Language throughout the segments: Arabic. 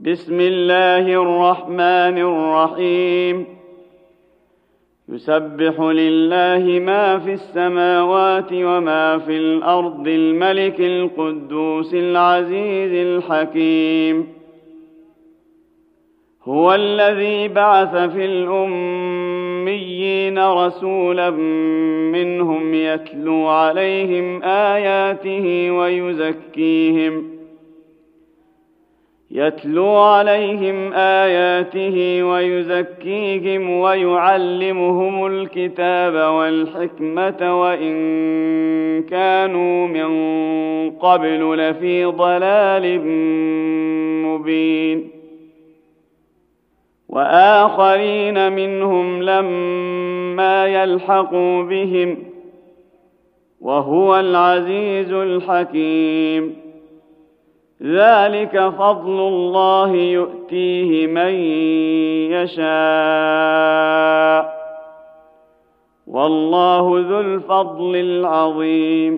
بسم الله الرحمن الرحيم يسبح لله ما في السماوات وما في الأرض الملك القدوس العزيز الحكيم هو الذي بعث في الأميين رسولا منهم يتلو عليهم آياته ويزكيهم ويعلمهم الكتاب والحكمة وإن كانوا من قبل لفي ضلال مبين وآخرين منهم لما يلحقوا بهم وهو العزيز الحكيم ذلك فضل الله يؤتيه من يشاء والله ذو الفضل العظيم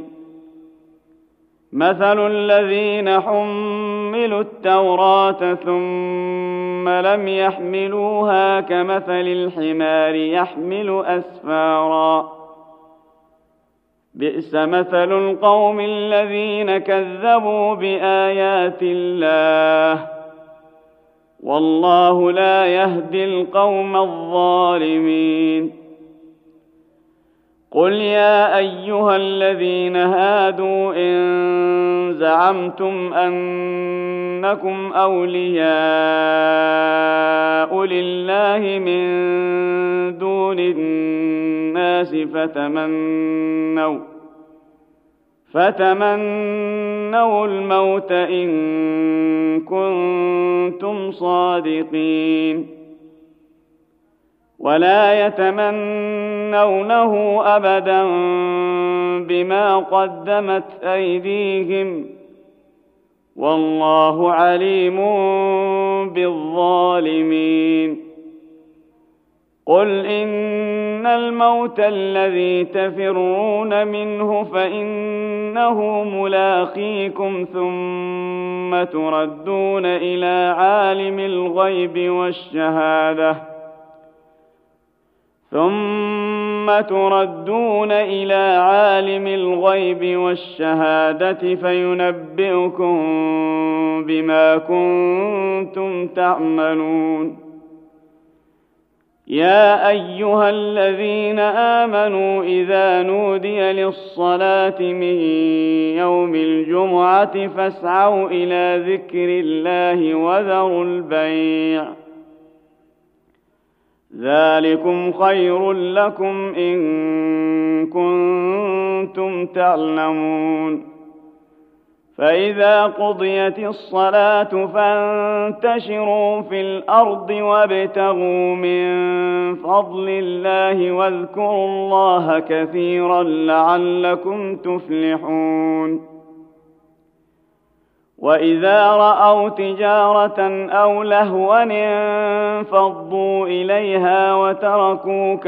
مثل الذين حملوا التوراة ثم لم يحملوها كمثل الحمار يحمل أسفارا بئس مثل القوم الذين كذبوا بآيات الله والله لا يهدي القوم الظالمين قل يا أيها الذين هادوا إن زعمتم أنكم أولياء لله من دون الناس فتمنوا الموت إن كنتم صادقين ولا يتمنونه أبدا بما قدمت أيديهم والله عليم بالظالمين قل إن الموت الذي تفرون منه فإنه ملاقيكم ثم تردون إلى عالم الغيب والشهادة فينبئكم بما كنتم تعملون يا أيها الذين آمنوا إذا نودي للصلاة من يوم الجمعة فاسعوا إلى ذكر الله وذروا البيع ذلكم خير لكم إن كنتم تعلمون فإذا قضيت الصلاة فانتشروا في الأرض وابتغوا من فضل الله واذكروا الله كثيرا لعلكم تفلحون وإذا رأوا تجارة أو لهوا انفضوا إليها وتركوك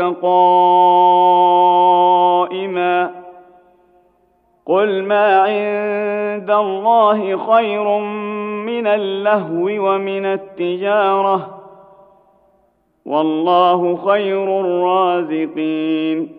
قائما قل ما عند الله خير من اللهو ومن التجارة والله خير الرازقين